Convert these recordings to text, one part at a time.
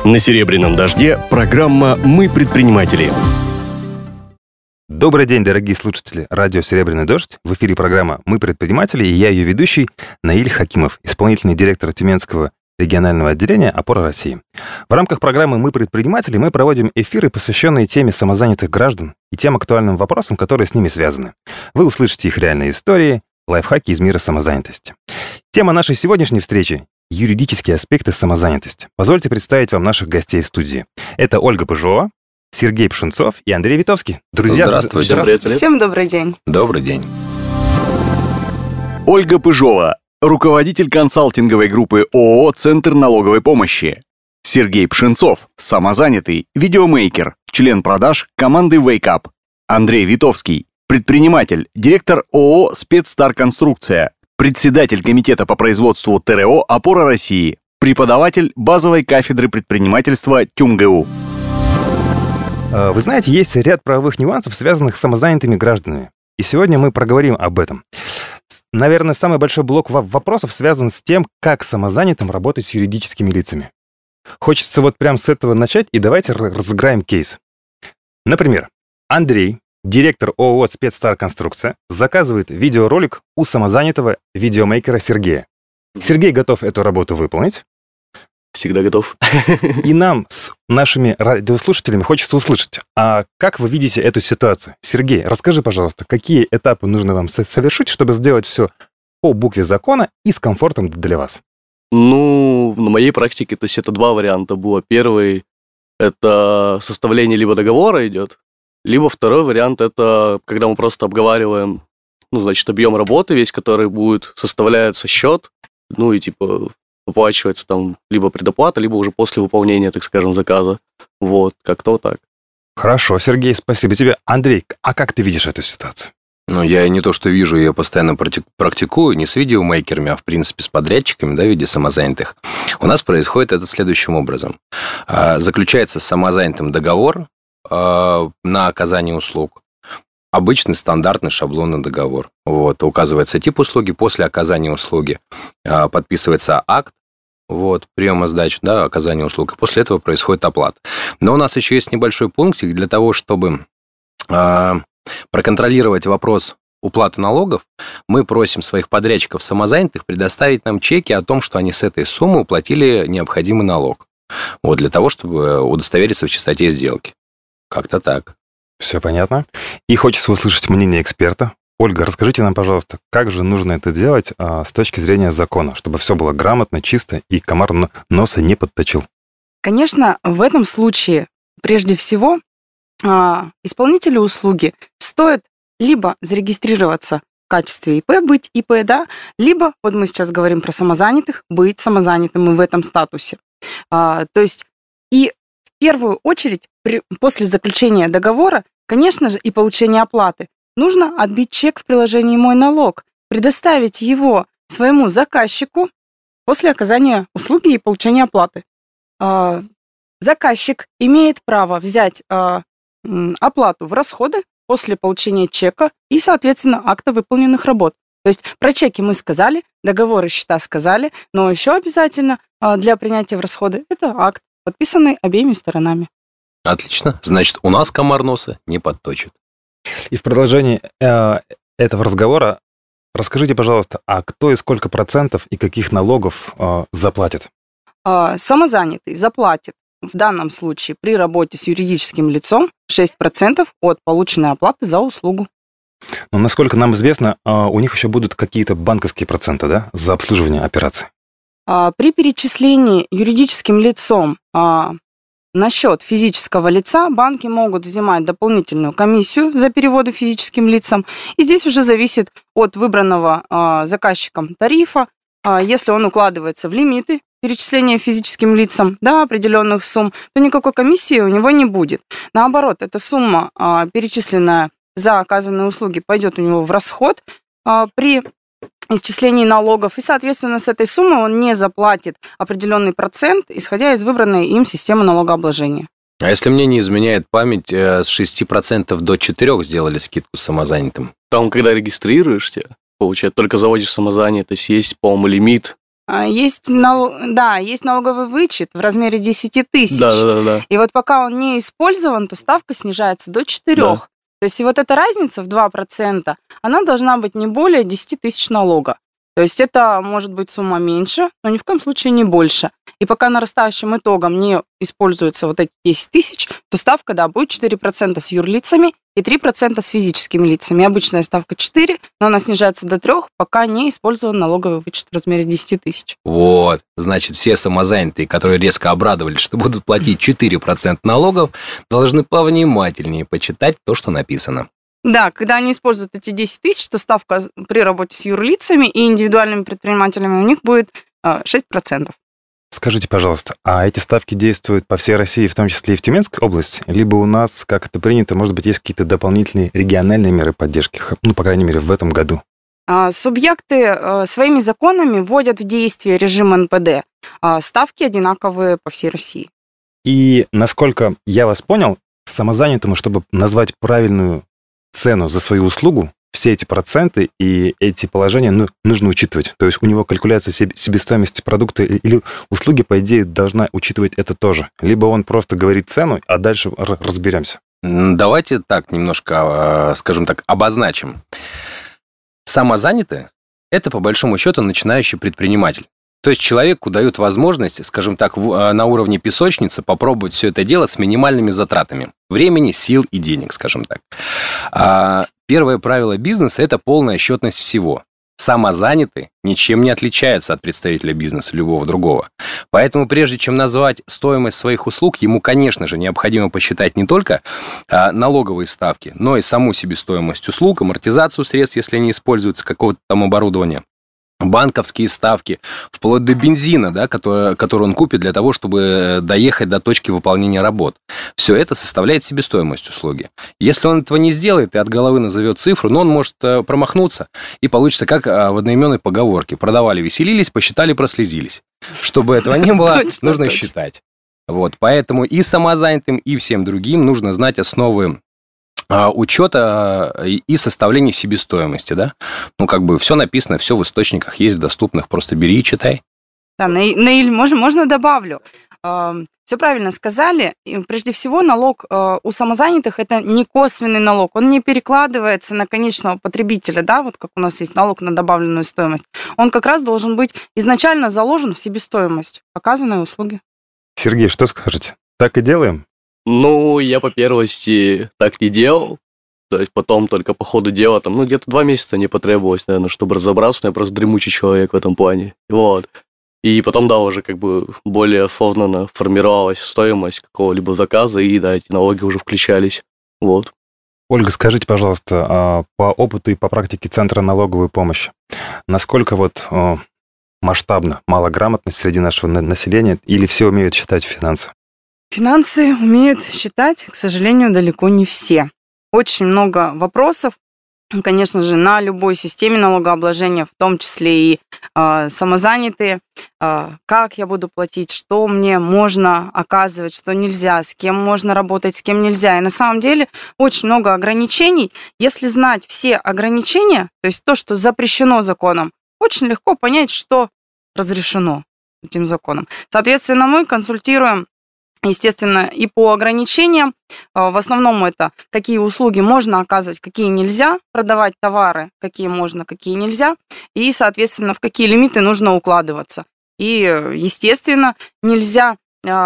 На «Серебряном дожде» программа «Мы предприниматели». Добрый день, дорогие слушатели радио «Серебряный дождь». В эфире программа «Мы предприниматели» и я ее ведущий Наиль Хакимов, исполнительный директор Тюменского регионального отделения «Опора России». В рамках программы «Мы предприниматели» мы проводим эфиры, посвященные теме самозанятых граждан и тем актуальным вопросам, которые с ними связаны. Вы услышите их реальные истории, лайфхаки из мира самозанятости. Тема нашей сегодняшней встречи — юридические аспекты самозанятости. Позвольте представить вам наших гостей в студии. Это Ольга Пыжова, Сергей Пшенцов и Андрей Витовский. Друзья, здравствуйте. Всем добрый день. Добрый день. Ольга Пыжова, руководитель консалтинговой группы ООО «Центр налоговой помощи». Сергей Пшенцов, самозанятый, видеомейкер, член продаж команды Wake Up. Андрей Витовский, предприниматель, директор ООО «Спецстарконструкция», председатель комитета по производству ТРО «Опора России», преподаватель базовой кафедры предпринимательства ТюмГУ. Вы знаете, есть ряд правовых нюансов, связанных с самозанятыми гражданами. И сегодня мы проговорим об этом. Наверное, самый большой блок вопросов связан с тем, как самозанятым работать с юридическими лицами. Хочется вот прямо с этого начать, и давайте разыграем кейс. Например, Андрей, директор ООО «Спецстарконструкция», заказывает видеоролик у самозанятого видеомейкера Сергея. Сергей готов эту работу выполнить. Всегда готов. И нам с нашими радиослушателями хочется услышать, а как вы видите эту ситуацию? Сергей, расскажи, пожалуйста, какие этапы нужно вам совершить, чтобы сделать все по букве закона и с комфортом для вас? Ну, на моей практике, то есть это два варианта было. Первый – это составление либо договора идет, либо второй вариант – это когда мы просто обговариваем, объем работы весь, который будет, составляется счет, и выплачивается там либо предоплата, либо уже после выполнения, так скажем, заказа. Вот, как-то вот так. Хорошо, Сергей, спасибо тебе. Андрей, а как ты видишь эту ситуацию? Я не то, что вижу, я постоянно практикую, не с видеомейкерами, а в принципе с подрядчиками, в виде самозанятых. У нас происходит это следующим образом. Заключается с самозанятым договор на оказание услуг. Обычный стандартный шаблонный договор. Указывается тип услуги, после оказания услуги подписывается акт, приема сдачи, оказания услуг, и после этого происходит оплата. Но у нас еще есть небольшой пунктик для того, чтобы проконтролировать вопрос уплаты налогов. Мы просим своих подрядчиков самозанятых предоставить нам чеки о том, что они с этой суммы уплатили необходимый налог. Для того, чтобы удостовериться в чистоте сделки. Как-то так. Все понятно. И хочется услышать мнение эксперта. Ольга, расскажите нам, пожалуйста, как же нужно это делать с точки зрения закона, чтобы все было грамотно, чисто и комар носа не подточил? Конечно, в этом случае, прежде всего, исполнителю услуги стоит либо зарегистрироваться в качестве ИП, быть ИП, либо, мы сейчас говорим про самозанятых, быть самозанятым и в этом статусе. То есть и в первую очередь после заключения договора, конечно же, и получения оплаты, нужно отбить чек в приложении «Мой налог», предоставить его своему заказчику после оказания услуги и получения оплаты. Заказчик имеет право взять оплату в расходы после получения чека и, соответственно, акта выполненных работ. То есть про чеки мы сказали, договоры, счета сказали, но еще обязательно для принятия в расходы это акт, подписанный обеими сторонами. Отлично. Значит, у нас комар носа не подточит. И в продолжении этого разговора расскажите, пожалуйста, а кто и сколько процентов и каких налогов заплатит? Самозанятый заплатит в данном случае при работе с юридическим лицом 6% от полученной оплаты за услугу. Но, насколько нам известно, у них еще будут какие-то банковские проценты, за обслуживание операций? При перечислении юридическим лицом на счет физического лица банки могут взимать дополнительную комиссию за переводы физическим лицам. И здесь уже зависит от выбранного заказчиком тарифа, если он укладывается в лимиты перечисления физическим лицам определенных сумм, то никакой комиссии у него не будет. Наоборот, эта сумма, перечисленная за оказанные услуги, пойдет у него в расход при исчислении налогов, и, соответственно, с этой суммы он не заплатит определенный процент, исходя из выбранной им системы налогообложения. А если мне не изменяет память, с 6% до 4% сделали скидку самозанятым? Там, когда регистрируешься, получается, только заводишь самозанятость, есть, по-моему, лимит Есть налоговый вычет в размере 10 тысяч. Да. И вот пока он не использован, то ставка снижается до 4. Да. То есть и вот эта разница в 2%, она должна быть не более 10 тысяч налога. То есть это может быть сумма меньше, но ни в коем случае не больше. И пока нарастающим итогом не используются вот эти 10 тысяч, то ставка, да, будет 4% с юрлицами и 3% с физическими лицами. Обычная ставка 4, но она снижается до 3, пока не использован налоговый вычет в размере 10 тысяч. Вот, значит, все самозанятые, которые резко обрадовались, что будут платить 4% налогов, должны повнимательнее почитать то, что написано. Да, когда они используют эти 10 тысяч, то ставка при работе с юрлицами и индивидуальными предпринимателями у них будет 6%. Скажите, пожалуйста, а эти ставки действуют по всей России, в том числе и в Тюменской области? Либо у нас, как это принято, может быть, есть какие-то дополнительные региональные меры поддержки, ну, по крайней мере, в этом году? Субъекты своими законами вводят в действие режим НПД. Ставки одинаковые по всей России. И, насколько я вас понял, самозанятому, чтобы назвать правильную цену за свою услугу, все эти проценты и эти положения нужно учитывать. То есть у него калькуляция себестоимости продукта или услуги, по идее, должна учитывать это тоже. Либо он просто говорит цену, а дальше разберемся. Давайте так немножко, скажем так, обозначим. Самозанятый – это, по большому счету, начинающий предприниматель. То есть человеку дают возможность, скажем так, на уровне песочницы попробовать все это дело с минимальными затратами времени, сил и денег, скажем так. Первое правило бизнеса – это полная отчетность всего. Самозанятый ничем не отличается от представителя бизнеса любого другого. Поэтому прежде чем назвать стоимость своих услуг, ему, конечно же, необходимо посчитать не только налоговые ставки, но и саму себестоимость услуг, амортизацию средств, если они используются, какого-то там оборудования, банковские ставки, вплоть до бензина, да, который он купит для того, чтобы доехать до точки выполнения работ. Все это составляет себестоимость услуги. Если он этого не сделает и от головы назовет цифру, но он может промахнуться, и получится как в одноименной поговорке. Продавали, веселились, посчитали, прослезились. Чтобы этого не было, нужно считать. Вот, поэтому и самозанятым, и всем другим нужно знать основы учета и составления себестоимости, да? Ну, как бы все написано, все в источниках есть, в доступных, просто бери и читай. Да, Наиль, можно добавлю? Все правильно сказали. И прежде всего, налог у самозанятых – это не косвенный налог. Он не перекладывается на конечного потребителя, да, вот как у нас есть налог на добавленную стоимость. Он как раз должен быть изначально заложен в себестоимость оказанной услуги. Сергей, что скажете? Так и делаем? Ну, я по первости так не делал. То есть потом только по ходу дела, там, где-то 2 месяца не потребовалось, наверное, чтобы разобраться. Я просто дремучий человек в этом плане. Вот. И потом, да, уже как бы более осознанно формировалась стоимость какого-либо заказа, и, да, эти налоги уже включались. Вот. Ольга, скажите, пожалуйста, по опыту и по практике Центра налоговой помощи, насколько вот масштабна малограмотность среди нашего населения, или все умеют считать финансы? Финансы умеют считать, к сожалению, далеко не все. Очень много вопросов, конечно же, на любой системе налогообложения, в том числе и самозанятые. Как я буду платить, что мне можно оказывать, что нельзя, с кем можно работать, с кем нельзя. И на самом деле очень много ограничений. Если знать все ограничения, то есть то, что запрещено законом, очень легко понять, что разрешено этим законом. Соответственно, мы консультируем, естественно, и по ограничениям. В основном это какие услуги можно оказывать, какие нельзя, продавать товары, какие можно, какие нельзя, и, соответственно, в какие лимиты нужно укладываться. И, естественно, нельзя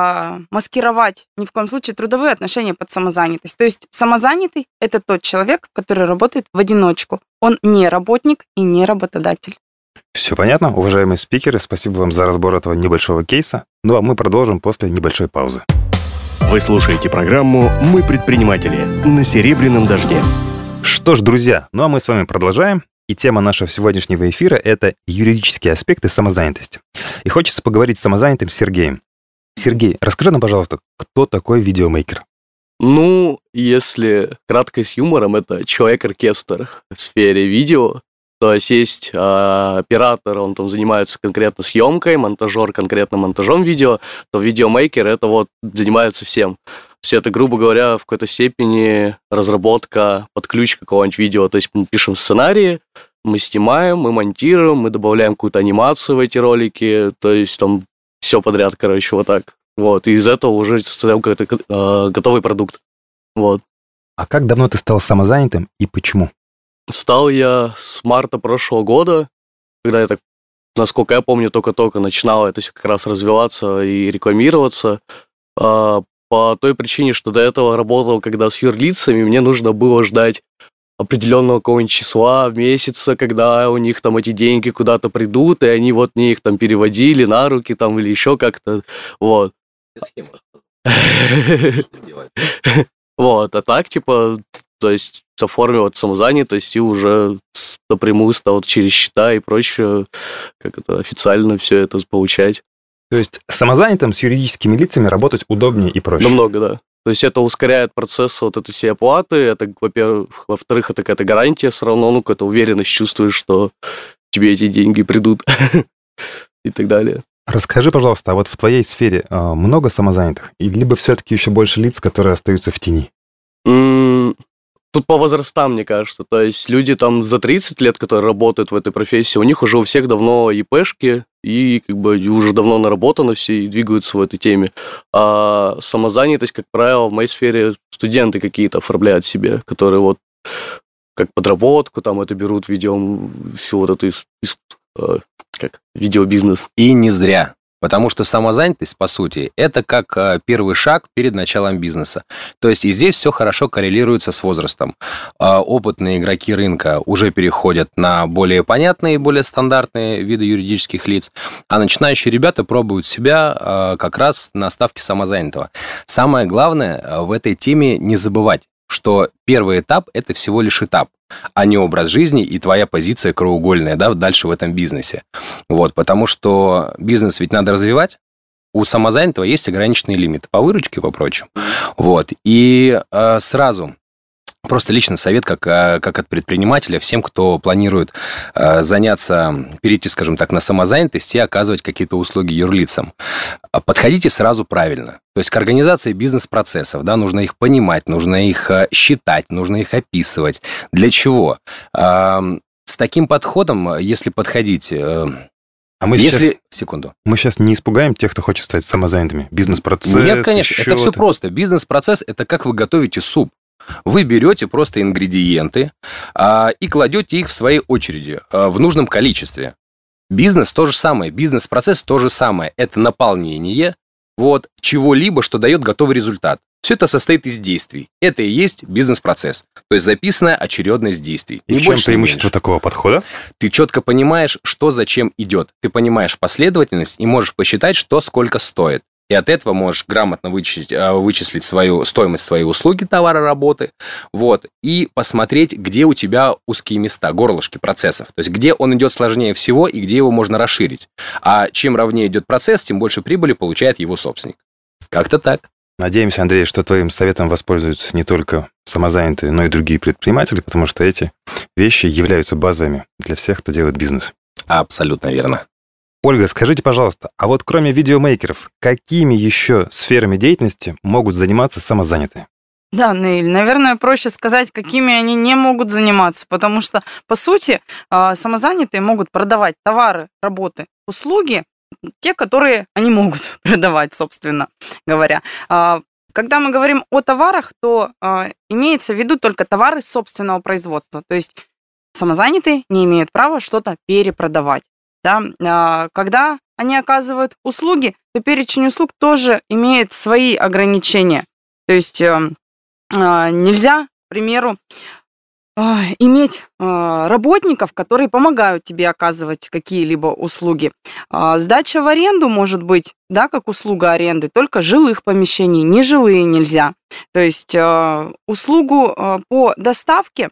маскировать ни в коем случае трудовые отношения под самозанятость. То есть самозанятый – это тот человек, который работает в одиночку. Он не работник и не работодатель. Все понятно, уважаемые спикеры, спасибо вам за разбор этого небольшого кейса. Ну а мы продолжим после небольшой паузы. Вы слушаете программу «Мы предприниматели» на Серебряном дожде. Что ж, друзья, ну а мы с вами продолжаем. И тема нашего сегодняшнего эфира – это юридические аспекты самозанятости. И хочется поговорить с самозанятым Сергеем. Сергей, расскажи нам, пожалуйста, кто такой видеомейкер? Ну, если кратко с юмором, это человек-оркестр в сфере видео. То есть оператор, он там занимается конкретно съемкой, монтажер конкретно монтажом видео, то видеомейкер это вот занимается всем. Все это, грубо говоря, в какой-то степени разработка под ключ какого-нибудь видео. То есть мы пишем сценарии, мы снимаем, мы монтируем, мы добавляем какую-то анимацию в эти ролики, то есть там все подряд, короче, вот так. Вот, и из этого уже создаем какой-то готовый продукт. Вот. А как давно ты стал самозанятым и почему? Стал я с марта прошлого года, когда я так, насколько я помню, только-только начинало это все как раз развиваться и рекламироваться. По той причине, что до этого работал когда с юрлицами, мне нужно было ждать определенного какого-нибудь числа, месяца, когда у них там эти деньги куда-то придут, и они вот мне их там переводили на руки там или еще как-то, вот. Вот, а так, типа, то есть оформил самозанятость и уже напрямую стал через счета и прочее, как это официально все это получать. То есть самозанятым с юридическими лицами работать удобнее и проще? Намного, да. То есть это ускоряет процесс вот этой всей оплаты, это, во-первых, во-вторых, это какая-то гарантия все равно, ну, какая-то уверенность чувствуешь, что тебе эти деньги придут и так далее. Расскажи, пожалуйста, а вот в твоей сфере много самозанятых? И либо все-таки еще больше лиц, которые остаются в тени? Тут по возрастам, мне кажется. То есть люди там за 30 лет, которые работают в этой профессии, у них уже у всех давно ИПшки, и как бы уже давно наработано все и двигаются в этой теме. А самозанятость, как правило, в моей сфере студенты какие-то оформляют себе, которые вот как подработку там это берут, ведем всю вот эту видеобизнес. И не зря. Потому что самозанятость, по сути, это как первый шаг перед началом бизнеса. То есть и здесь все хорошо коррелируется с возрастом. Опытные игроки рынка уже переходят на более понятные, более стандартные виды юридических лиц, а начинающие ребята пробуют себя как раз на ставке самозанятого. Самое главное в этой теме не забывать, что первый этап – это всего лишь этап, а не образ жизни и твоя позиция краеугольная, да, дальше в этом бизнесе. Вот, потому что бизнес ведь надо развивать, у самозанятого есть ограниченные лимиты по выручке и по прочему. Вот, и сразу просто личный совет, как от предпринимателя, всем, кто планирует перейти, скажем так, на самозанятость и оказывать какие-то услуги юрлицам. Подходите сразу правильно. То есть к организации бизнес-процессов, да, нужно их понимать, нужно их считать, нужно их описывать. Для чего? С таким подходом, если подходить... Секунду. Мы сейчас не испугаем тех, кто хочет стать самозанятыми? Бизнес-процесс? Нет, конечно, это все просто. Бизнес-процесс – это как вы готовите суп. Вы берете просто ингредиенты и кладете их в своей очереди в нужном количестве. Бизнес то же самое, бизнес-процесс то же самое. Это наполнение чего-либо, что дает готовый результат. Все это состоит из действий. Это и есть бизнес-процесс. То есть записанная очередность действий. И в чем преимущество такого подхода? Ты четко понимаешь, что зачем идет. Ты понимаешь последовательность и можешь посчитать, что сколько стоит. И от этого можешь грамотно вычислить стоимость своей услуги, товара, работы, и посмотреть, где у тебя узкие места, горлышки процессов. То есть, где он идет сложнее всего и где его можно расширить. А чем ровнее идет процесс, тем больше прибыли получает его собственник. Как-то так. Надеемся, Андрей, что твоим советом воспользуются не только самозанятые, но и другие предприниматели, потому что эти вещи являются базовыми для всех, кто делает бизнес. Абсолютно верно. Ольга, скажите, пожалуйста, а вот кроме видеомейкеров, какими еще сферами деятельности могут заниматься самозанятые? Да, Наиль, наверное, проще сказать, какими они не могут заниматься, потому что, по сути, самозанятые могут продавать товары, работы, услуги, те, которые они могут продавать, собственно говоря. Когда мы говорим о товарах, то имеется в виду только товары собственного производства, то есть самозанятые не имеют права что-то перепродавать. Да? Когда они оказывают услуги, то перечень услуг тоже имеет свои ограничения. То есть нельзя, к примеру, иметь работников, которые помогают тебе оказывать какие-либо услуги. Сдача в аренду может быть, да, как услуга аренды, только жилых помещений, нежилые нельзя. То есть услугу по доставке,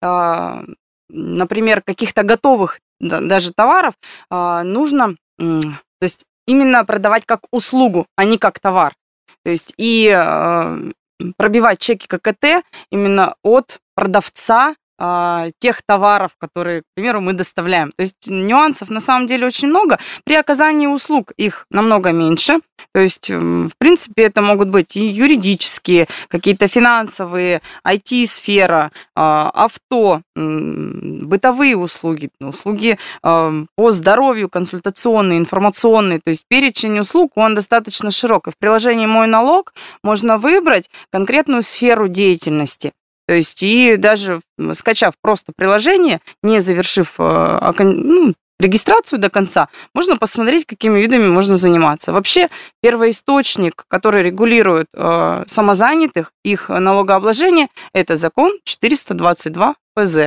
например, каких-то готовых даже товаров нужно, то есть именно продавать как услугу, а не как товар. То есть и пробивать чеки ККТ именно от продавца тех товаров, которые, к примеру, мы доставляем. То есть нюансов на самом деле очень много. При оказании услуг их намного меньше. То есть, в принципе, это могут быть и юридические, какие-то финансовые, IT-сфера, авто, бытовые услуги, услуги по здоровью, консультационные, информационные. То есть перечень услуг, он достаточно широк. И в приложении «Мой налог» можно выбрать конкретную сферу деятельности. То есть и даже скачав просто приложение, не завершив регистрацию до конца, можно посмотреть, какими видами можно заниматься. Вообще, первоисточник, который регулирует самозанятых, их налогообложение, это закон 422 ФЗ.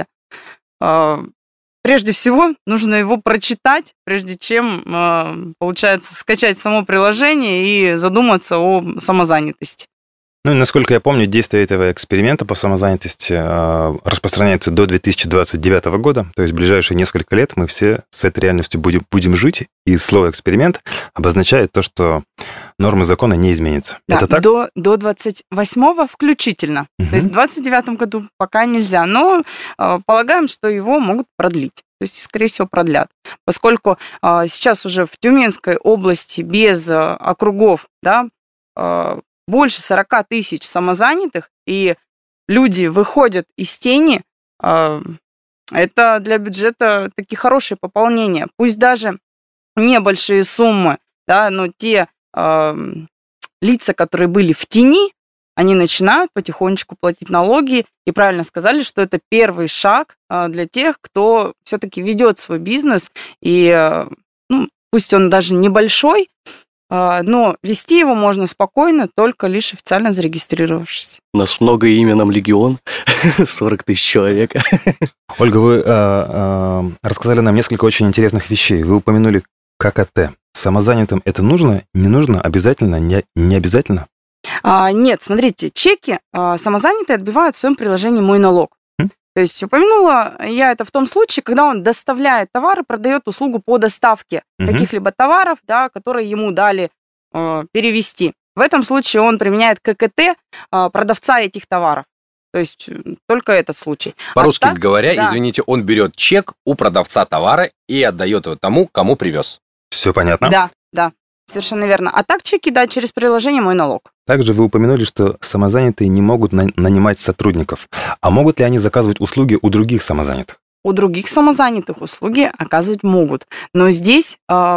Прежде всего, нужно его прочитать, прежде чем, получается, скачать само приложение и задуматься о самозанятости. Ну и, насколько я помню, действие этого эксперимента по самозанятости распространяется до 2029 года, то есть в ближайшие несколько лет мы все с этой реальностью будем жить, и слово «эксперимент» обозначает то, что нормы закона не изменятся. Да, это так? До 28-го включительно. То есть в 29 году пока нельзя, но полагаем, что его могут продлить. То есть, скорее всего, продлят. Поскольку сейчас уже в Тюменской области без округов, да, больше 40 тысяч самозанятых, и люди выходят из тени, это для бюджета такие хорошие пополнения. Пусть даже небольшие суммы, да, но те лица, которые были в тени, они начинают потихонечку платить налоги. И правильно сказали, что это первый шаг для тех, кто все-таки ведет свой бизнес. И пусть он даже небольшой, но вести его можно спокойно, только лишь официально зарегистрировавшись. У нас много именем «Легион», 40 тысяч человек. Ольга, вы рассказали нам несколько очень интересных вещей. Вы упомянули ККТ. Самозанятым это нужно, не нужно, обязательно, не обязательно? Нет, смотрите, чеки самозанятые отбивают в своем приложении «Мой налог». То есть упомянула я это в том случае, когда он доставляет товар и продает услугу по доставке каких-либо товаров, да, которые ему дали перевести. В этом случае он применяет ККТ продавца этих товаров. То есть только этот случай. По-русски говоря, да. Извините, он берет чек у продавца товара и отдает его тому, кому привез. Все понятно? Да. Совершенно верно. А так чеки, да, через приложение «Мой налог». Также вы упомянули, что самозанятые не могут нанимать сотрудников. А могут ли они заказывать услуги у других самозанятых? У других самозанятых услуги оказывать могут. Но здесь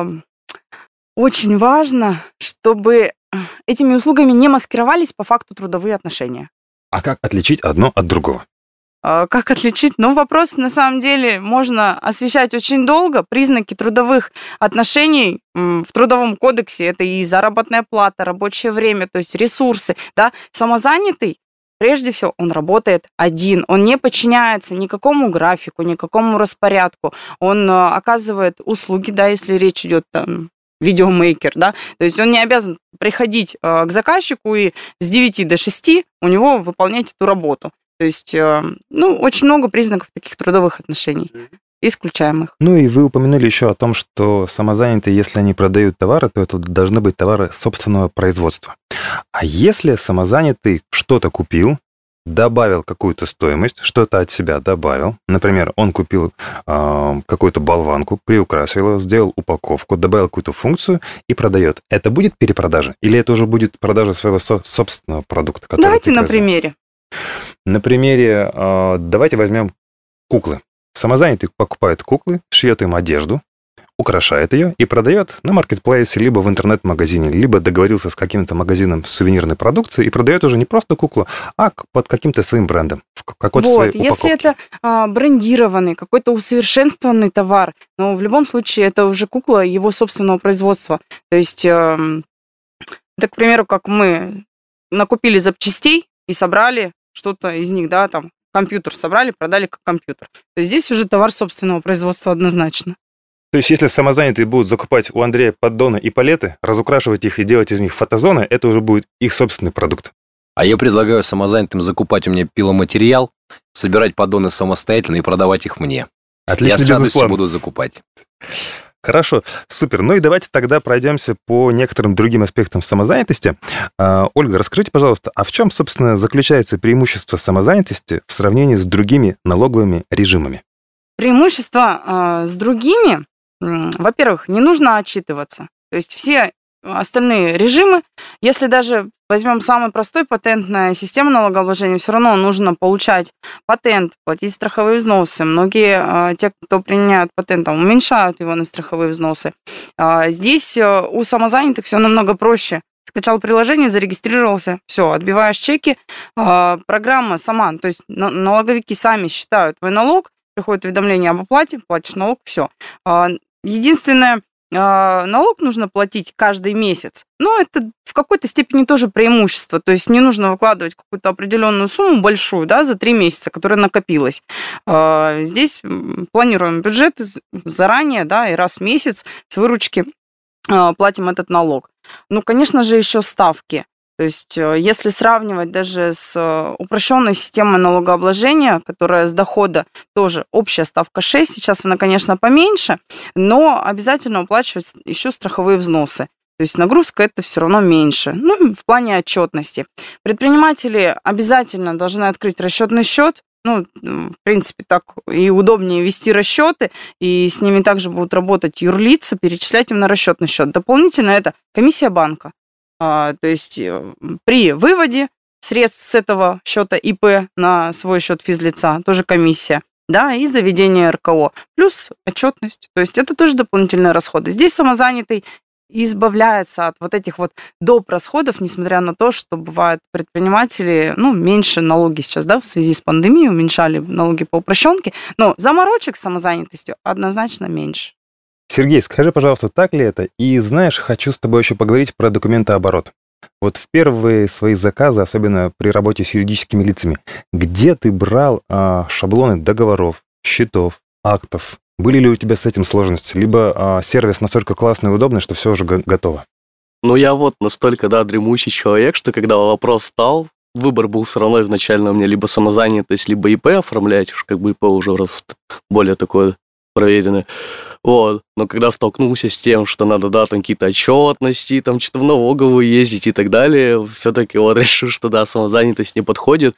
очень важно, чтобы этими услугами не маскировались по факту трудовые отношения. А как отличить одно от другого? Как отличить? Вопрос, на самом деле, можно освещать очень долго. Признаки трудовых отношений в Трудовом кодексе – это и заработная плата, рабочее время, то есть ресурсы. Да? Самозанятый, прежде всего, он работает один. Он не подчиняется никакому графику, никакому распорядку. Он оказывает услуги, да, если речь идет там, видеомейкер, да, то есть он не обязан приходить к заказчику и с 9 до 6 у него выполнять эту работу. То есть, очень много признаков таких трудовых отношений, исключаемых. Ну и вы упомянули еще о том, что самозанятые, если они продают товары, то это должны быть товары собственного производства. А если самозанятый что-то купил, добавил какую-то стоимость, что-то от себя добавил, например, он купил какую-то болванку, приукрасил ее, сделал упаковку, добавил какую-то функцию и продает. Это будет перепродажа? Или это уже будет продажа своего собственного продукта? Давайте на примере. На примере, давайте возьмем куклы. Самозанятый покупает куклы, шьет им одежду, украшает ее и продает на маркетплейсе, либо в интернет-магазине, либо договорился с каким-то магазином сувенирной продукции и продает уже не просто куклу, а под каким-то своим брендом, в какой-то своей упаковке. Если это брендированный, какой-то усовершенствованный товар, но в любом случае это уже кукла его собственного производства. То есть, это, к примеру, как мы накупили запчастей и собрали что-то из них, да, там, компьютер собрали, продали как компьютер. То есть здесь уже товар собственного производства однозначно. То есть если самозанятые будут закупать у Андрея поддоны и палеты, разукрашивать их и делать из них фотозоны, это уже будет их собственный продукт. А я предлагаю самозанятым закупать у меня пиломатериал, собирать поддоны самостоятельно и продавать их мне. Отличный я с радостью бизнес-план. буду закупать. Хорошо, супер. Ну и давайте тогда пройдемся по некоторым другим аспектам самозанятости. Ольга, расскажите, пожалуйста, а в чем, собственно, заключается преимущество самозанятости в сравнении с другими налоговыми режимами? Преимущество с другими, во-первых, не нужно отчитываться. То есть все остальные режимы, если даже возьмем самый простой патентная система налогообложения, все равно нужно получать патент, платить страховые взносы. Многие, те, кто применяют патент, уменьшают его на страховые взносы. Здесь у самозанятых все намного проще. Скачал приложение, зарегистрировался, все, отбиваешь чеки, программа сама, то есть налоговики сами считают твой налог, приходит уведомление об оплате, платишь налог, все. Единственное, налог нужно платить каждый месяц, но это в какой-то степени тоже преимущество, то есть не нужно выкладывать какую-то определенную сумму большую, да, за 3 месяца, которая накопилась. Здесь планируем бюджет заранее, да, и раз в месяц с выручки платим этот налог. Ну, конечно же, еще ставки. То есть, если сравнивать даже с упрощенной системой налогообложения, которая с дохода тоже общая ставка 6, сейчас она, конечно, поменьше, но обязательно уплачивать еще страховые взносы. То есть нагрузка это все равно меньше. Ну, в плане отчетности. Предприниматели обязательно должны открыть расчетный счет. Ну, в принципе, так и удобнее вести расчеты, и с ними также будут работать юрлица, перечислять им на расчетный счет. Дополнительно это комиссия банка. То есть при выводе средств с этого счета ИП на свой счет физлица тоже комиссия, да, и заведение РКО, плюс отчетность. То есть это тоже дополнительные расходы. Здесь самозанятый избавляется от вот этих вот доп. Расходов, несмотря на то, что бывают предприниматели, ну, меньше налоги сейчас, да, в связи с пандемией уменьшали налоги по упрощенке, но заморочек с самозанятостью однозначно меньше. Сергей, скажи, пожалуйста, так ли это? И знаешь, хочу с тобой еще поговорить про документооборот. Вот в первые свои заказы, особенно при работе с юридическими лицами, где ты брал шаблоны договоров, счетов, актов? Были ли у тебя с этим сложности? Либо сервис настолько классный и удобный, что все уже готово? Ну, я вот настолько, да, дремучий человек, что когда вопрос стал, выбор был все равно изначально у меня либо самозанятость, либо ИП оформлять, уж как бы ИП уже раз более такое проверенное. Вот. Но когда столкнулся с тем, что надо, да, там какие-то отчетности, там что-то в налоговую ездить и так далее, все-таки вот решил, что, да, самозанятость не подходит.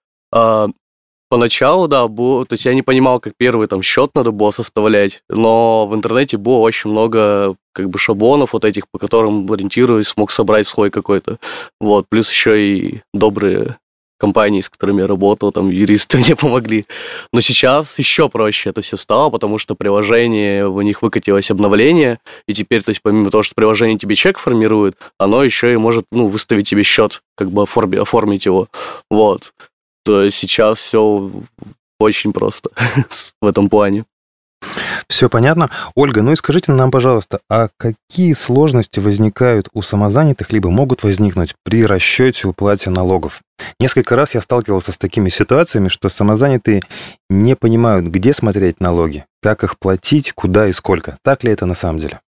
Поначалу, да, было, то есть я не понимал, как первый там счет надо было составлять, но в интернете было очень много как бы шаблонов вот этих, по которым, ориентируясь, смог собрать свой какой-то. Вот. Плюс еще и добрые компании, с которыми я работал, там юристы мне помогли. Но сейчас еще проще это все стало, потому что приложение, у них выкатилось обновление, и теперь, то есть помимо того, что приложение тебе чек формирует, оно еще и может, ну, выставить тебе счет, как бы оформить его. Вот. То есть сейчас все очень просто в этом плане. Все понятно. Ольга, ну и скажите нам, пожалуйста, а какие сложности возникают у самозанятых, либо могут возникнуть при расчете уплате налогов? Несколько раз я сталкивался с такими ситуациями, что самозанятые не понимают, где смотреть налоги, как их платить, куда и сколько. Так ли это на самом деле?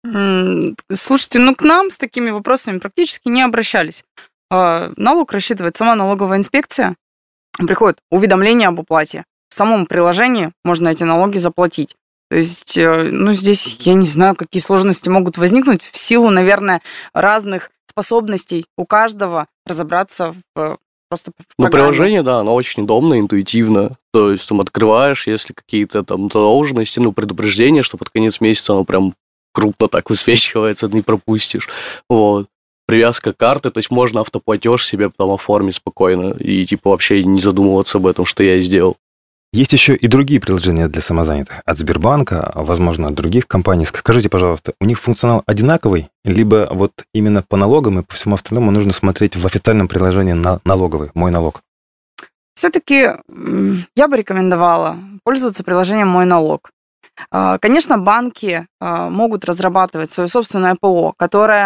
Слушайте, ну к нам с такими вопросами практически не обращались. Налог рассчитывает сама налоговая инспекция. Приходит уведомление об уплате. В самом приложении можно эти налоги заплатить. То есть, ну, здесь я не знаю, какие сложности могут возникнуть в силу, наверное, разных способностей у каждого разобраться просто в программе. Ну, приложение, да, оно очень удобно, интуитивно. То есть, там открываешь, если какие-то там задолженности, ну, предупреждения, что под конец месяца оно прям крупно так высвечивается, не пропустишь. Вот. Привязка карты, то есть можно автоплатеж себе там оформить спокойно и типа вообще не задумываться об этом, что я сделал. Есть еще и другие приложения для самозанятых. От Сбербанка, возможно, от других компаний. Скажите, пожалуйста, у них функционал одинаковый? Либо вот именно по налогам и по всему остальному нужно смотреть в официальном приложении налоговый, «Мой налог»? Все-таки я бы рекомендовала пользоваться приложением «Мой налог». Конечно, банки могут разрабатывать свое собственное ПО, которое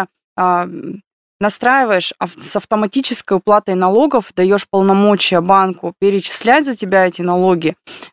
настраиваешь с автоматической уплатой налогов, даешь полномочия банку перечислять за тебя эти налоги,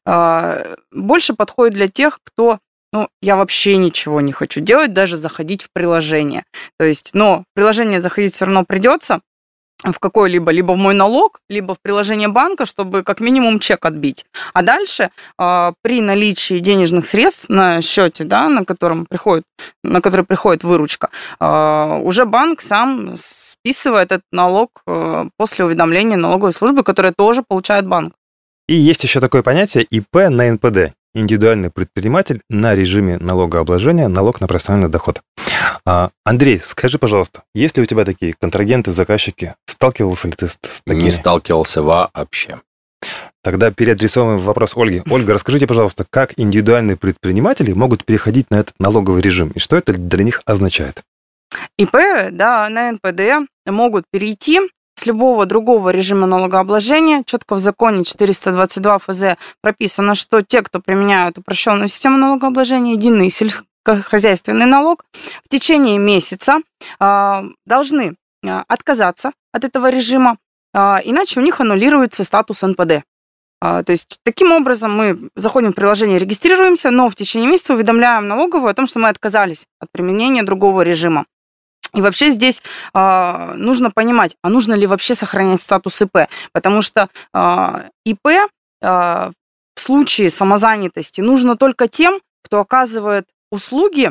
больше подходит для тех, кто, ну, я вообще ничего не хочу делать, даже заходить в приложение. То есть, но в приложение заходить все равно придется, в какой-либо, либо в мой налог, либо в приложение банка, чтобы как минимум чек отбить. А дальше при наличии денежных средств на счете, да, на который приходит выручка, уже банк сам списывает этот налог после уведомления налоговой службы, которая тоже получает банк. И есть еще такое понятие ИП на НПД. Индивидуальный предприниматель на режиме налогообложения, налог на профессиональный доход. Андрей, скажи, пожалуйста, есть ли у тебя такие контрагенты, заказчики? Сталкивался ли ты с такими? Не сталкивался вообще. Тогда переадресовываем вопрос Ольге. Ольга, расскажите, пожалуйста, как индивидуальные предприниматели могут переходить на этот налоговый режим, и что это для них означает? ИП, да, на НПД могут перейти с любого другого режима налогообложения. Четко в законе 422 ФЗ прописано, что те, кто применяют упрощенную систему налогообложения, единый сельскохозяйственный налог, в течение месяца должны отказаться от этого режима, иначе у них аннулируется статус НПД. То есть таким образом мы заходим в приложение, регистрируемся, но в течение месяца уведомляем налоговую о том, что мы отказались от применения другого режима. И вообще здесь нужно понимать, а нужно ли вообще сохранять статус ИП, потому что ИП в случае самозанятости нужно только тем, кто оказывает услуги,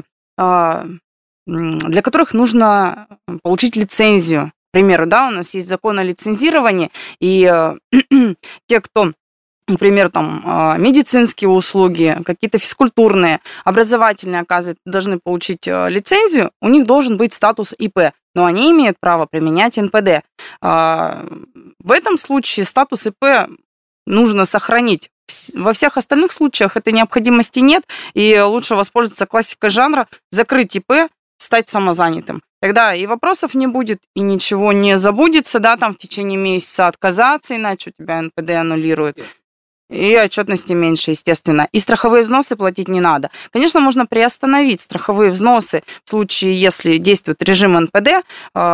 для которых нужно получить лицензию. К примеру, да, у нас есть закон о лицензировании, и те, кто, например, там медицинские услуги, какие-то физкультурные, образовательные оказывают, должны получить лицензию, у них должен быть статус ИП, но они имеют право применять НПД. В этом случае статус ИП нужно сохранить. Во всех остальных случаях этой необходимости нет, и лучше воспользоваться классикой жанра, закрыть ИП, стать самозанятым. Тогда и вопросов не будет, и ничего не забудется, да, там в течение месяца отказаться, иначе у тебя НПД аннулирует. И отчетности меньше, естественно. И страховые взносы платить не надо. Конечно, можно приостановить страховые взносы в случае, если действует режим НПД,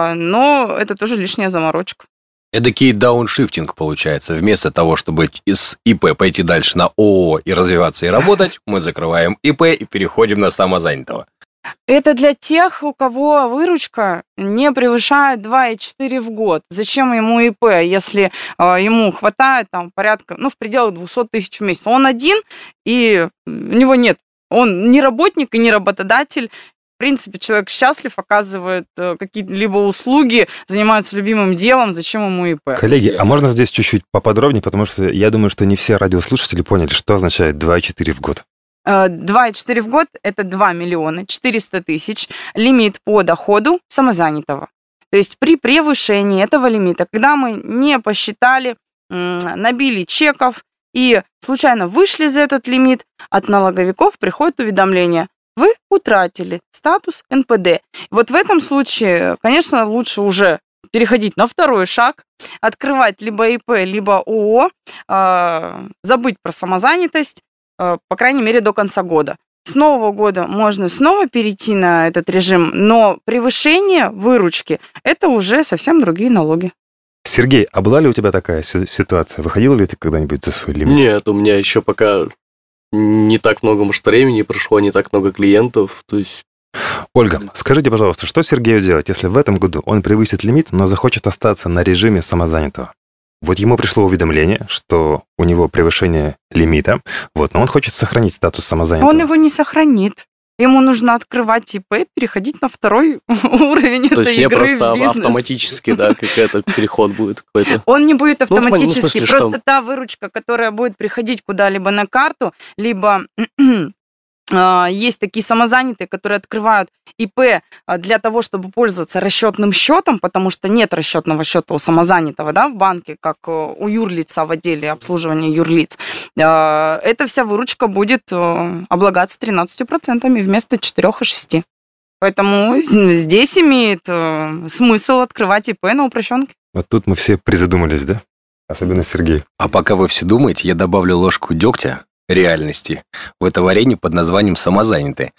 но это тоже лишняя заморочка. Эдакий дауншифтинг получается. Вместо того, чтобы из ИП пойти дальше на ООО и развиваться и работать, мы закрываем ИП и переходим на самозанятого. Это для тех, у кого выручка не превышает 2,4 в год. Зачем ему ИП, если ему хватает там порядка, в пределах 200 тысяч в месяц? Он один, и у него нет. Он не работник и не работодатель. В принципе, человек счастлив, оказывает какие-либо услуги, занимается любимым делом. Зачем ему ИП? Коллеги, а можно здесь чуть-чуть поподробнее, потому что я думаю, что не все радиослушатели поняли, что означает 2,4 в год. 2,4 в год – это 2 миллиона 400 тысяч лимит по доходу самозанятого. То есть при превышении этого лимита, когда мы не посчитали, набили чеков и случайно вышли за этот лимит, от налоговиков приходит уведомление: вы утратили статус НПД. Вот в этом случае, конечно, лучше уже переходить на второй шаг, открывать либо ИП, либо ООО, забыть про самозанятость, по крайней мере, до конца года. С Нового года можно снова перейти на этот режим, но превышение выручки – это уже совсем другие налоги. Сергей, а была ли у тебя такая ситуация? Выходил ли ты когда-нибудь за свой лимит? Нет, у меня еще пока не так много, может, времени прошло, не так много клиентов, то есть... Ольга, скажите, пожалуйста, что Сергею делать, если в этом году он превысит лимит, но захочет остаться на режиме самозанятого? Вот ему пришло уведомление, что у него превышение лимита, но он хочет сохранить статус самозанятого. Он его не сохранит. Ему нужно открывать ИП, переходить на второй уровень этой игры в бизнес. То есть не просто автоматически, да, какой-то переход будет какой-то? Он не будет автоматически, смысле, просто та выручка, которая будет приходить куда-либо на карту, либо... Есть такие самозанятые, которые открывают ИП для того, чтобы пользоваться расчетным счетом, потому что нет расчетного счета у самозанятого, да, в банке, как у юрлица в отделе обслуживания юрлиц. Эта вся выручка будет облагаться 13% вместо 4,6%. Поэтому здесь имеет смысл открывать ИП на упрощенке. Вот тут мы все призадумались, да? Особенно Сергей. А пока вы все думаете, я добавлю ложку дегтя реальности в это варенье под названием «самозанятый».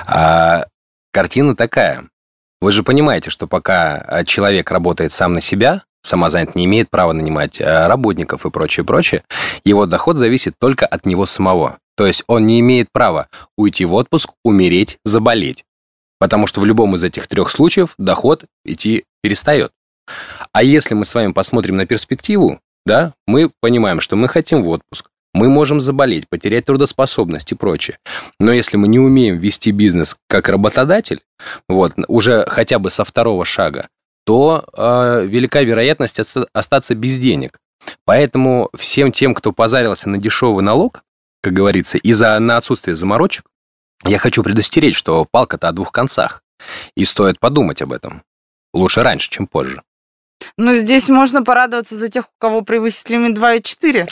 Картина такая. Вы же понимаете, что пока человек работает сам на себя, самозанятый не имеет права нанимать работников и прочее, его доход зависит только от него самого. То есть он не имеет права уйти в отпуск, умереть, заболеть. Потому что в любом из этих трех случаев доход идти перестает. А если мы с вами посмотрим на перспективу, да, мы понимаем, что мы хотим в отпуск, мы можем заболеть, потерять трудоспособность и прочее. Но если мы не умеем вести бизнес как работодатель, вот, уже хотя бы со второго шага, то велика вероятность остаться без денег. Поэтому всем тем, кто позарился на дешевый налог, как говорится, на отсутствие заморочек, я хочу предостеречь, что палка-то о двух концах. И стоит подумать об этом. Лучше раньше, чем позже. Ну, здесь можно порадоваться за тех, у кого превысит лимит 2,4.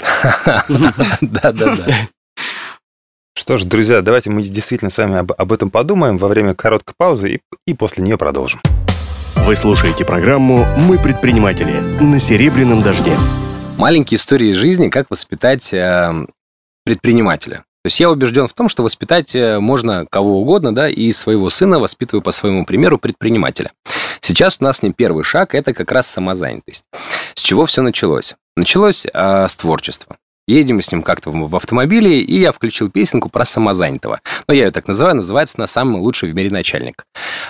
Да. Что ж, друзья, давайте мы действительно с вами об этом подумаем во время короткой паузы и после нее продолжим. Вы слушаете программу «Мы предприниматели» на Серебряном дожде. Маленькие истории из жизни, как воспитать предпринимателя. То есть я убежден в том, что воспитать можно кого угодно, да, и своего сына воспитываю по своему примеру предпринимателя. Сейчас у нас не первый шаг, это как раз самозанятость. С чего все началось? Началось с творчества. Едем мы с ним как-то в автомобиле, и я включил песенку про самозанятого. Ну, я ее так называю, называется она «Самый лучший в мире начальник».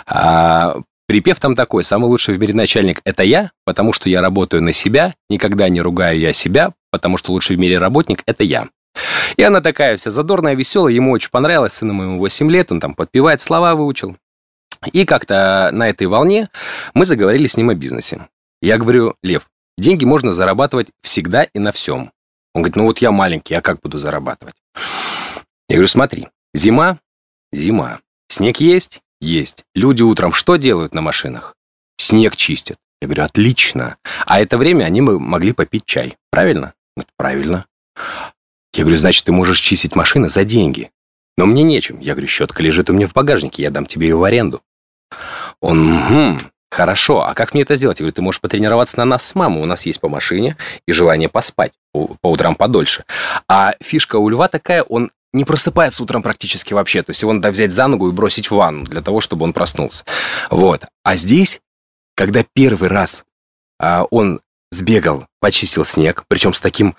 Припев там такой: «Самый лучший в мире начальник – это я, потому что я работаю на себя, никогда не ругаю я себя, потому что лучший в мире работник – это я». И она такая вся задорная, веселая, ему очень понравилось, сыну моему 8 лет, он там подпевает, слова выучил. И как-то на этой волне мы заговорили с ним о бизнесе. Я говорю: Лев, деньги можно зарабатывать всегда и на всем. Он говорит: ну вот я маленький, а как буду зарабатывать? Я говорю: смотри, зима, снег есть. Люди утром что делают на машинах? Снег чистят. Я говорю: отлично. А это время они могли попить чай. Правильно? Он говорит: правильно. Я говорю: значит, ты можешь чистить машины за деньги. Но мне нечем. Я говорю: щетка лежит у меня в багажнике, я дам тебе ее в аренду. Он: хорошо, а как мне это сделать? Я говорю: ты можешь потренироваться на нас с мамой, у нас есть по машине и желание поспать по утрам подольше. А фишка у льва такая, он не просыпается утром практически вообще. То есть его надо взять за ногу и бросить в ванну для того, чтобы он проснулся. Вот. А здесь, когда первый раз он сбегал, почистил снег, причем с таким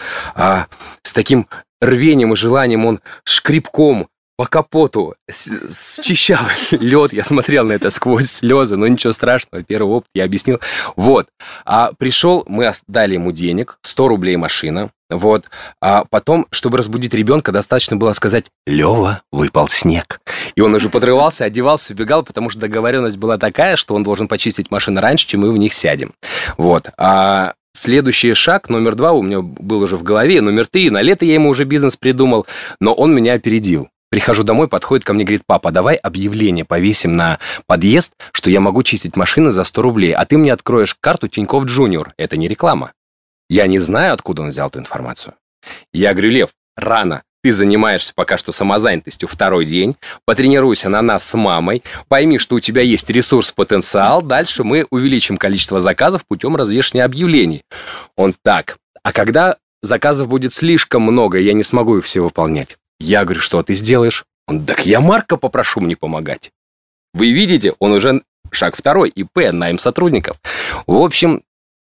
рвением и желанием, он шкребком по капоту счищал лед. Я смотрел на это сквозь слезы, но ничего страшного, первый опыт, я объяснил. Вот. А пришел, мы дали ему денег, 100 рублей машина. Вот. А потом, чтобы разбудить ребенка, достаточно было сказать: Лева, выпал снег. И он уже подрывался, одевался, убегал, потому что договоренность была такая, что он должен почистить машины раньше, чем мы в них сядем. Вот. А следующий шаг, номер 2, у меня был уже в голове, номер 3, на лето я ему уже бизнес придумал, но он меня опередил. Прихожу домой, подходит ко мне, говорит: папа, давай объявление повесим на подъезд, что я могу чистить машины за 100 рублей, а ты мне откроешь карту Тинькофф Джуниор. Это не реклама. Я не знаю, откуда он взял эту информацию. Я говорю: Лев, рано. Ты занимаешься пока что самозанятостью второй день, потренируйся на нас с мамой, пойми, что у тебя есть ресурс, потенциал, дальше мы увеличим количество заказов путем развешивания объявлений. Он: так, а когда заказов будет слишком много, и я не смогу их все выполнять? Я говорю: что ты сделаешь? Он: так я Марка попрошу мне помогать. Вы видите, он уже шаг 2, ИП, найм сотрудников. В общем,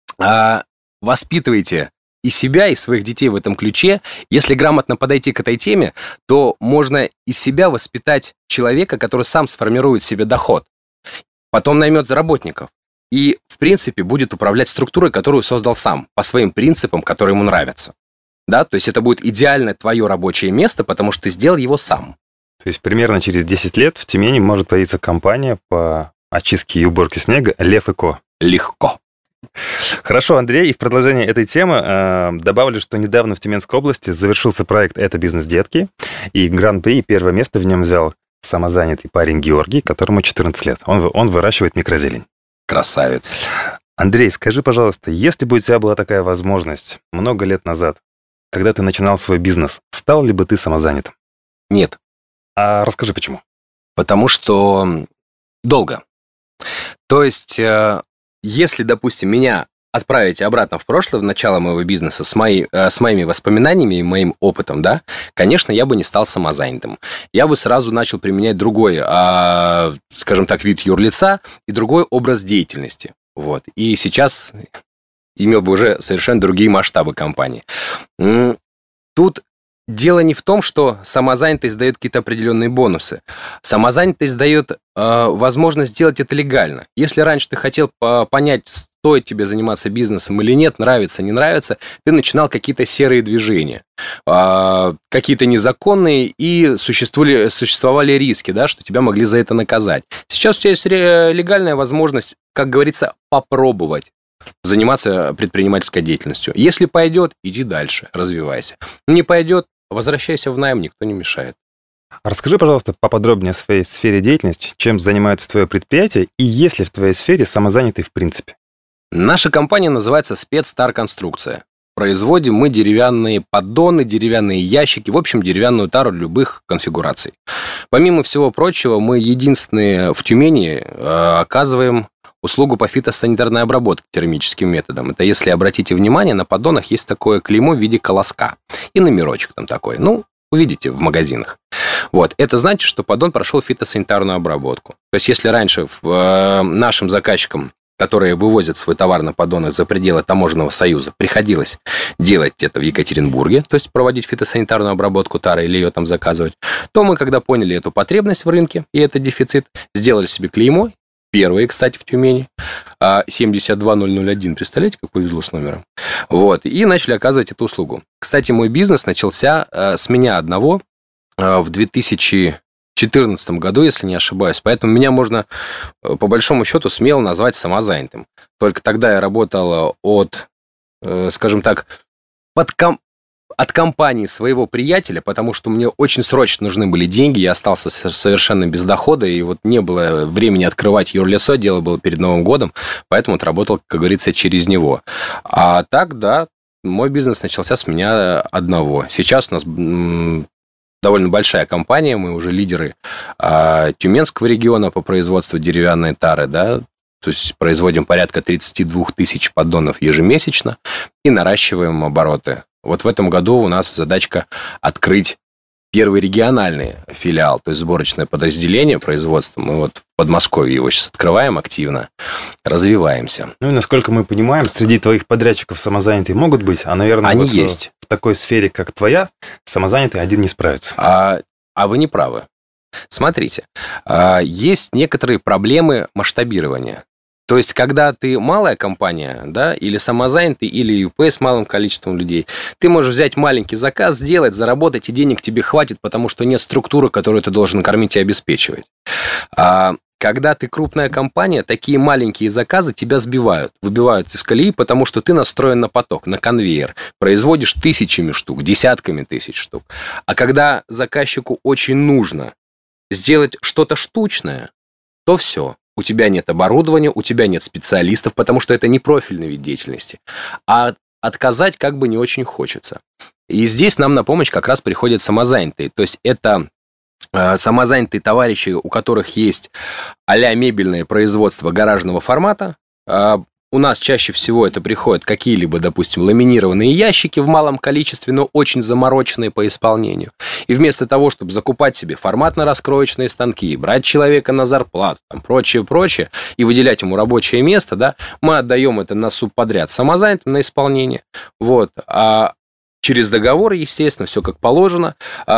воспитывайте и себя, и своих детей в этом ключе. Если грамотно подойти к этой теме, то можно из себя воспитать человека, который сам сформирует себе доход, потом наймет работников и, в принципе, будет управлять структурой, которую создал сам, по своим принципам, которые ему нравятся. Да? То есть это будет идеальное твое рабочее место, потому что ты сделал его сам. То есть примерно через 10 лет в Тюмени может появиться компания по очистке и уборке снега «Лев & Ко». Легко. Хорошо, Андрей, и в продолжение этой темы добавлю, что недавно в Тюменской области завершился проект «Это бизнес-детки», и гран-при, первое место в нем взял самозанятый парень Георгий, которому 14 лет. Он выращивает микрозелень. Красавец. Андрей, скажи, пожалуйста, если бы у тебя была такая возможность много лет назад, когда ты начинал свой бизнес, стал ли бы ты самозанятым? Нет. А расскажи, почему? Потому что долго. То есть, если, допустим, меня отправить обратно в прошлое, в начало моего бизнеса с моими воспоминаниями и моим опытом, да, конечно, я бы не стал самозанятым. Я бы сразу начал применять другой, скажем так, вид юрлица и другой образ деятельности. Вот. И сейчас имел бы уже совершенно другие масштабы компании. Тут дело не в том, что самозанятость дает какие-то определенные бонусы. Самозанятость дает возможность сделать это легально. Если раньше ты хотел понять стоит тебе заниматься бизнесом или нет, нравится, не нравится, ты начинал какие-то серые движения, какие-то незаконные, и существовали риски, да, что тебя могли за это наказать. Сейчас у тебя есть легальная возможность, как говорится, попробовать заниматься предпринимательской деятельностью. Если пойдет, иди дальше, развивайся. Не пойдет, возвращайся в найм, никто не мешает. Расскажи, пожалуйста, поподробнее о своей сфере деятельности, чем занимается твое предприятие, и есть ли в твоей сфере самозанятый в принципе? Наша компания называется «Спецтарконструкция». Производим мы деревянные поддоны, деревянные ящики, в общем, деревянную тару любых конфигураций. Помимо всего прочего, мы единственные в Тюмени оказываем услугу по фитосанитарной обработке термическим методом. Это, если обратите внимание, на поддонах есть такое клеймо в виде колоска. И номерочек там такой. Ну, увидите в магазинах. Вот. Это значит, что поддон прошел фитосанитарную обработку. То есть, если раньше нашим заказчикам, которые вывозят свой товар на поддонах за пределы таможенного союза, приходилось делать это в Екатеринбурге, то есть проводить фитосанитарную обработку тары или ее там заказывать, то мы, когда поняли эту потребность в рынке и этот дефицит, сделали себе клеймо, первые, кстати, в Тюмени, 72001, представляете, какое везло с номером? Вот, и начали оказывать эту услугу. Кстати, мой бизнес начался с меня одного в 2014 году, если не ошибаюсь. Поэтому меня можно, по большому счету, смело назвать самозанятым. Только тогда я работал от, скажем так, от компании своего приятеля, потому что мне очень срочно нужны были деньги, я остался совершенно без дохода, и вот не было времени открывать юрлицо, дело было перед Новым годом, поэтому отработал, как говорится, через него. А так, да, мой бизнес начался с меня одного. Сейчас у нас довольно большая компания, мы уже лидеры Тюменского региона по производству деревянной тары, да, то есть производим порядка 32 тысяч поддонов ежемесячно и наращиваем обороты. Вот в этом году у нас задачка открыть первый региональный филиал, то есть сборочное подразделение производства. Мы вот в Подмосковье его сейчас открываем активно, развиваемся. Ну и насколько мы понимаем, среди твоих подрядчиков самозанятые могут быть, а, наверное, они вот есть. В такой сфере, как твоя, самозанятый один не справится. А вы не правы. Смотрите, есть некоторые проблемы масштабирования. То есть, когда ты малая компания, да, или самозанятый, или ИП с малым количеством людей, ты можешь взять маленький заказ, сделать, заработать, и денег тебе хватит, потому что нет структуры, которую ты должен кормить и обеспечивать. А когда ты крупная компания, такие маленькие заказы тебя сбивают, выбивают из колеи, потому что ты настроен на поток, на конвейер, производишь тысячами штук, десятками тысяч штук. А когда заказчику очень нужно сделать что-то штучное, то все. У тебя нет оборудования, у тебя нет специалистов, потому что это не профильный вид деятельности. А отказать как бы не очень хочется. И здесь нам на помощь как раз приходят самозанятые. То есть это самозанятые товарищи, у которых есть а-ля мебельное производство гаражного формата. У нас чаще всего это приходят какие-либо, допустим, ламинированные ящики в малом количестве, но очень замороченные по исполнению. И вместо того, чтобы закупать себе форматно-раскроечные станки, брать человека на зарплату, там, прочее, и выделять ему рабочее место, да, мы отдаем это на субподряд самозанятым на исполнение. Вот. А через договор, естественно, все как положено.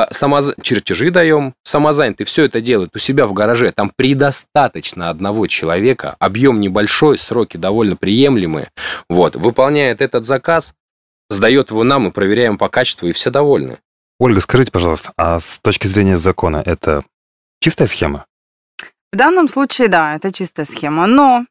Чертежи даем. Самозанятый все это делает у себя в гараже. Там предостаточно одного человека. Объем небольшой, сроки довольно приемлемые. Вот. Выполняет этот заказ, сдает его нам, мы проверяем по качеству, и все довольны. Ольга, скажите, пожалуйста, а с точки зрения закона это чистая схема? В данном случае, да, это чистая схема. Но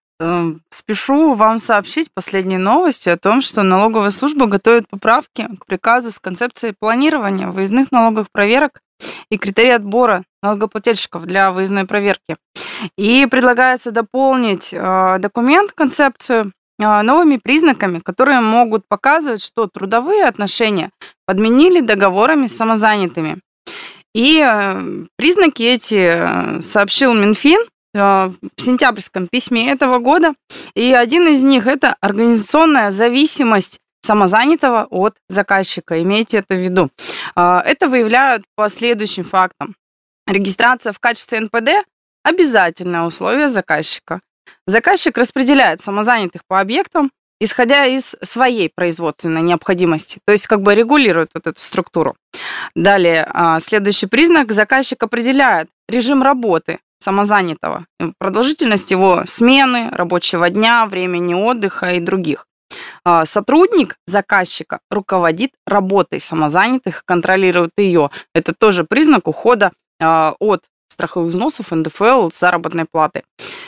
спешу вам сообщить последние новости о том, что налоговая служба готовит поправки к приказу с концепцией планирования выездных налоговых проверок и критерий отбора налогоплательщиков для выездной проверки. И предлагается дополнить документ, концепцию, новыми признаками, которые могут показывать, что трудовые отношения подменили договорами с самозанятыми. И признаки эти сообщил Минфин в сентябрьском письме этого года. И один из них – это организационная зависимость самозанятого от заказчика. Имейте это в виду. Это выявляют по следующим фактам. Регистрация в качестве НПД – обязательное условие заказчика. Заказчик распределяет самозанятых по объектам, исходя из своей производственной необходимости, то есть как бы регулирует вот эту структуру. Далее, следующий признак. Заказчик определяет режим работы самозанятого, продолжительность его смены, рабочего дня, времени отдыха и других. Сотрудник заказчика руководит работой самозанятых, контролирует ее. Это тоже признак ухода от страховых взносов, НДФЛ, заработной платы.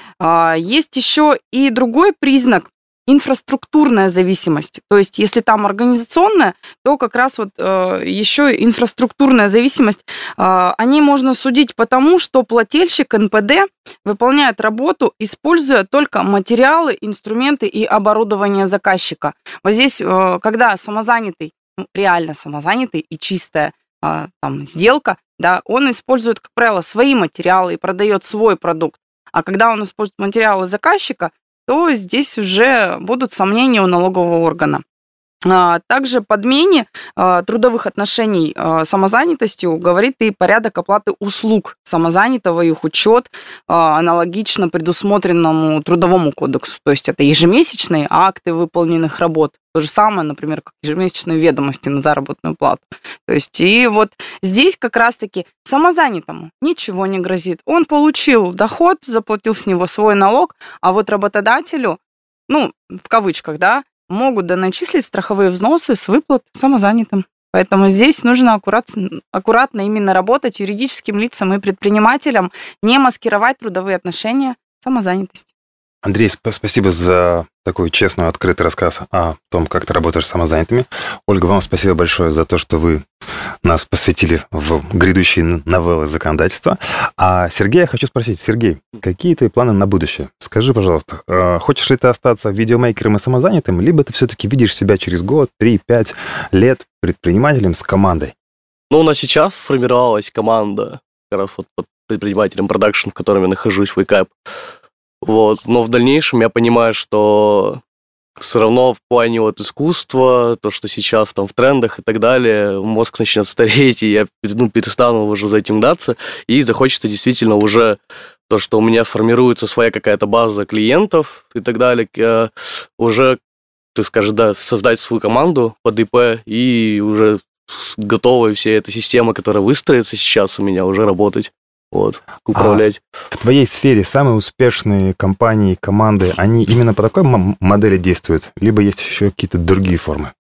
Есть еще и другой признак – инфраструктурная зависимость. То есть, если там организационная, то как раз вот еще инфраструктурная зависимость. О ней можно судить потому, что плательщик НПД выполняет работу, используя только материалы, инструменты и оборудование заказчика. Вот здесь, когда самозанятый, реально самозанятый и чистая там сделка, да, он использует, как правило, свои материалы и продает свой продукт. А когда он использует материалы заказчика, то здесь уже будут сомнения у налогового органа. Также подмене трудовых отношений самозанятостью говорит и порядок оплаты услуг самозанятого, их учет аналогично предусмотренному Трудовому кодексу. То есть это ежемесячные акты выполненных работ. То же самое, например, как ежемесячные ведомости на заработную плату. То есть и вот здесь как раз-таки самозанятому ничего не грозит. Он получил доход, заплатил с него свой налог, а вот работодателю, ну, в кавычках, да, могут доначислить страховые взносы с выплат самозанятым. Поэтому здесь нужно аккуратно именно работать юридическим лицам и предпринимателям, не маскировать трудовые отношения самозанятостью. Андрей, спасибо за такой честный, открытый рассказ о том, как ты работаешь с самозанятыми. Ольга, вам спасибо большое за то, что вы нас посвятили в грядущие новеллы законодательства. А Сергея хочу спросить. Сергей, какие твои планы на будущее? Скажи, пожалуйста, хочешь ли ты остаться видеомейкером и самозанятым, либо ты все-таки видишь себя через год, 3-5 лет предпринимателем с командой? Ну, у нас сейчас сформировалась команда, как раз вот под предпринимателем продакшн, в котором я нахожусь, Wake Вот. Но в дальнейшем я понимаю, что все равно в плане вот искусства, то, что сейчас там в трендах и так далее, мозг начнет стареть, и я перестану уже за этим гнаться, и захочется действительно уже то, что у меня сформируется своя какая-то база клиентов и так далее, уже, так скажем, да, создать свою команду под ИП и уже готовая вся эта система, которая выстроится сейчас у меня, уже работать. Вот, управлять. В твоей сфере самые успешные компании, команды, они именно по такой модели действуют? Либо есть еще какие-то другие формы?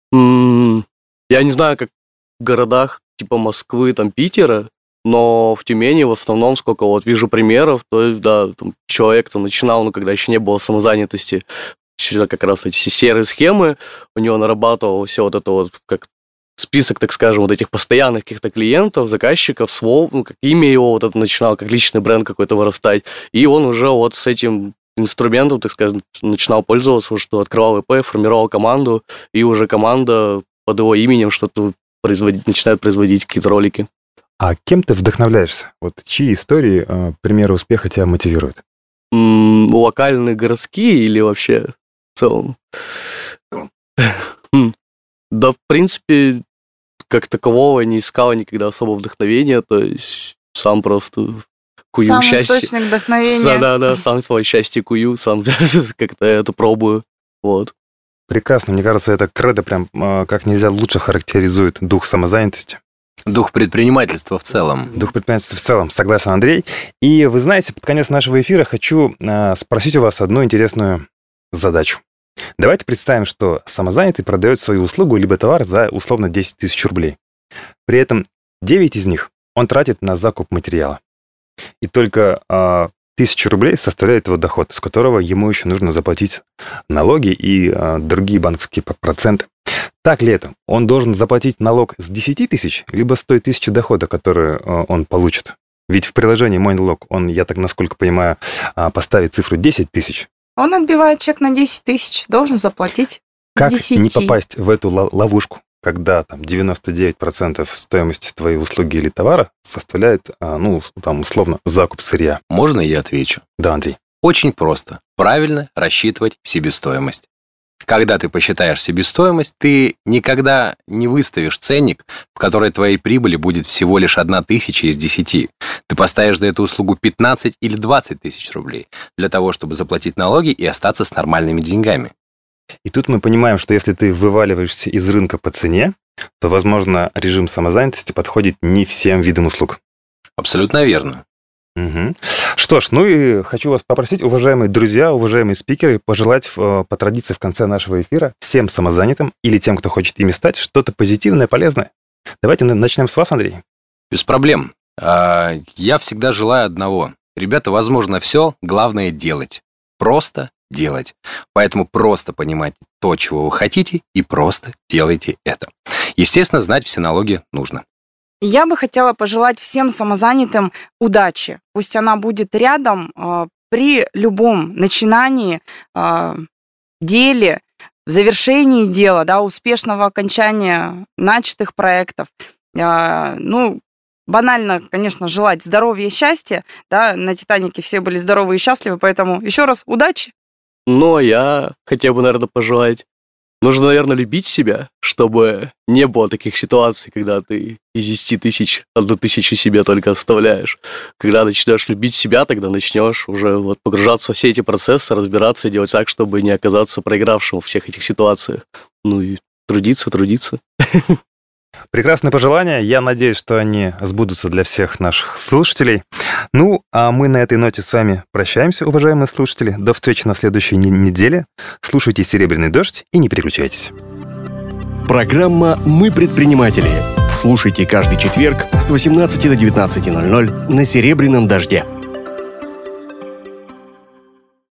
Я не знаю, как в городах типа Москвы, там, Питера, но в Тюмени в основном, сколько вот вижу примеров, то есть, да, там, человек там начинал, ну, когда еще не было самозанятости, как раз эти серые схемы, у него нарабатывал все вот это вот, как список, так скажем, вот этих постоянных каких-то клиентов, заказчиков, ну, как имя его вот это начинало, как личный бренд какой-то вырастать, и он уже вот с этим инструментом, так скажем, начинал пользоваться, что открывал ИП, формировал команду, и уже команда под его именем что-то начинает производить какие-то ролики. А кем ты вдохновляешься? Вот чьи истории, примеры успеха тебя мотивируют? Локальные, городские или вообще в целом? Да, в принципе, как такового не искал никогда особо вдохновения, то есть сам просто кую сам счастье. Сам источник вдохновения. Да, сам свое счастье кую, сам как-то это пробую, вот. Прекрасно, мне кажется, это кредо прям как нельзя лучше характеризует дух самозанятости. Дух предпринимательства в целом. Дух предпринимательства в целом, согласен, Андрей. И вы знаете, под конец нашего эфира хочу спросить у вас одну интересную задачу. Давайте представим, что самозанятый продает свою услугу либо товар за условно 10 тысяч рублей. При этом 9 из них он тратит на закуп материала. И только 1000 рублей составляет его доход, с которого ему еще нужно заплатить налоги и другие банковские проценты. Так ли это? Он должен заплатить налог с 10 тысяч, либо с той 1000 дохода, который он получит? Ведь в приложении «Мой налог» он, я так насколько понимаю, поставит цифру 10 тысяч. Он отбивает чек на 10 тысяч, должен заплатить как с 10. Не попасть в эту ловушку, когда там 99% стоимости твоей услуги или товара составляет, ну, там, условно, закуп сырья? Можно я отвечу? Да, Андрей. Очень просто. Правильно рассчитывать себестоимость. Когда ты посчитаешь себестоимость, ты никогда не выставишь ценник, в которой твоей прибыли будет всего лишь 1000 из 10. Ты поставишь за эту услугу 15 или 20 тысяч рублей для того, чтобы заплатить налоги и остаться с нормальными деньгами. И тут мы понимаем, что если ты вываливаешься из рынка по цене, то, возможно, режим самозанятости подходит не всем видам услуг. Абсолютно верно. Угу. Что ж, ну и хочу вас попросить, уважаемые друзья, уважаемые спикеры, пожелать по традиции в конце нашего эфира всем самозанятым или тем, кто хочет ими стать, что-то позитивное, полезное. Давайте начнем с вас, Андрей. Без проблем. Я всегда желаю одного. Ребята, возможно, все, главное делать. Просто делать. Поэтому просто понимать то, чего вы хотите, и просто делайте это. Естественно, знать все налоги нужно. Я бы хотела пожелать всем самозанятым удачи. Пусть она будет рядом при любом начинании, деле, завершении дела, да, успешного окончания начатых проектов. Банально, конечно, желать здоровья и счастья. Да, на «Титанике» все были здоровы и счастливы, поэтому еще раз удачи. Ну, а я хотел бы, наверное, пожелать. Нужно, наверное, любить себя, чтобы не было таких ситуаций, когда ты из 10 тысяч 1 тысячу себе только оставляешь. Когда начнешь любить себя, тогда начнешь уже погружаться в все эти процессы, разбираться и делать так, чтобы не оказаться проигравшим в всех этих ситуациях. Ну и трудиться. Прекрасные пожелания. Я надеюсь, что они сбудутся для всех наших слушателей. Ну, а мы на этой ноте с вами прощаемся, уважаемые слушатели. До встречи на следующей неделе. Слушайте «Серебряный дождь» и не переключайтесь. Программа «Мы предприниматели». Слушайте каждый четверг с 18 до 19:00 на «Серебряном дожде».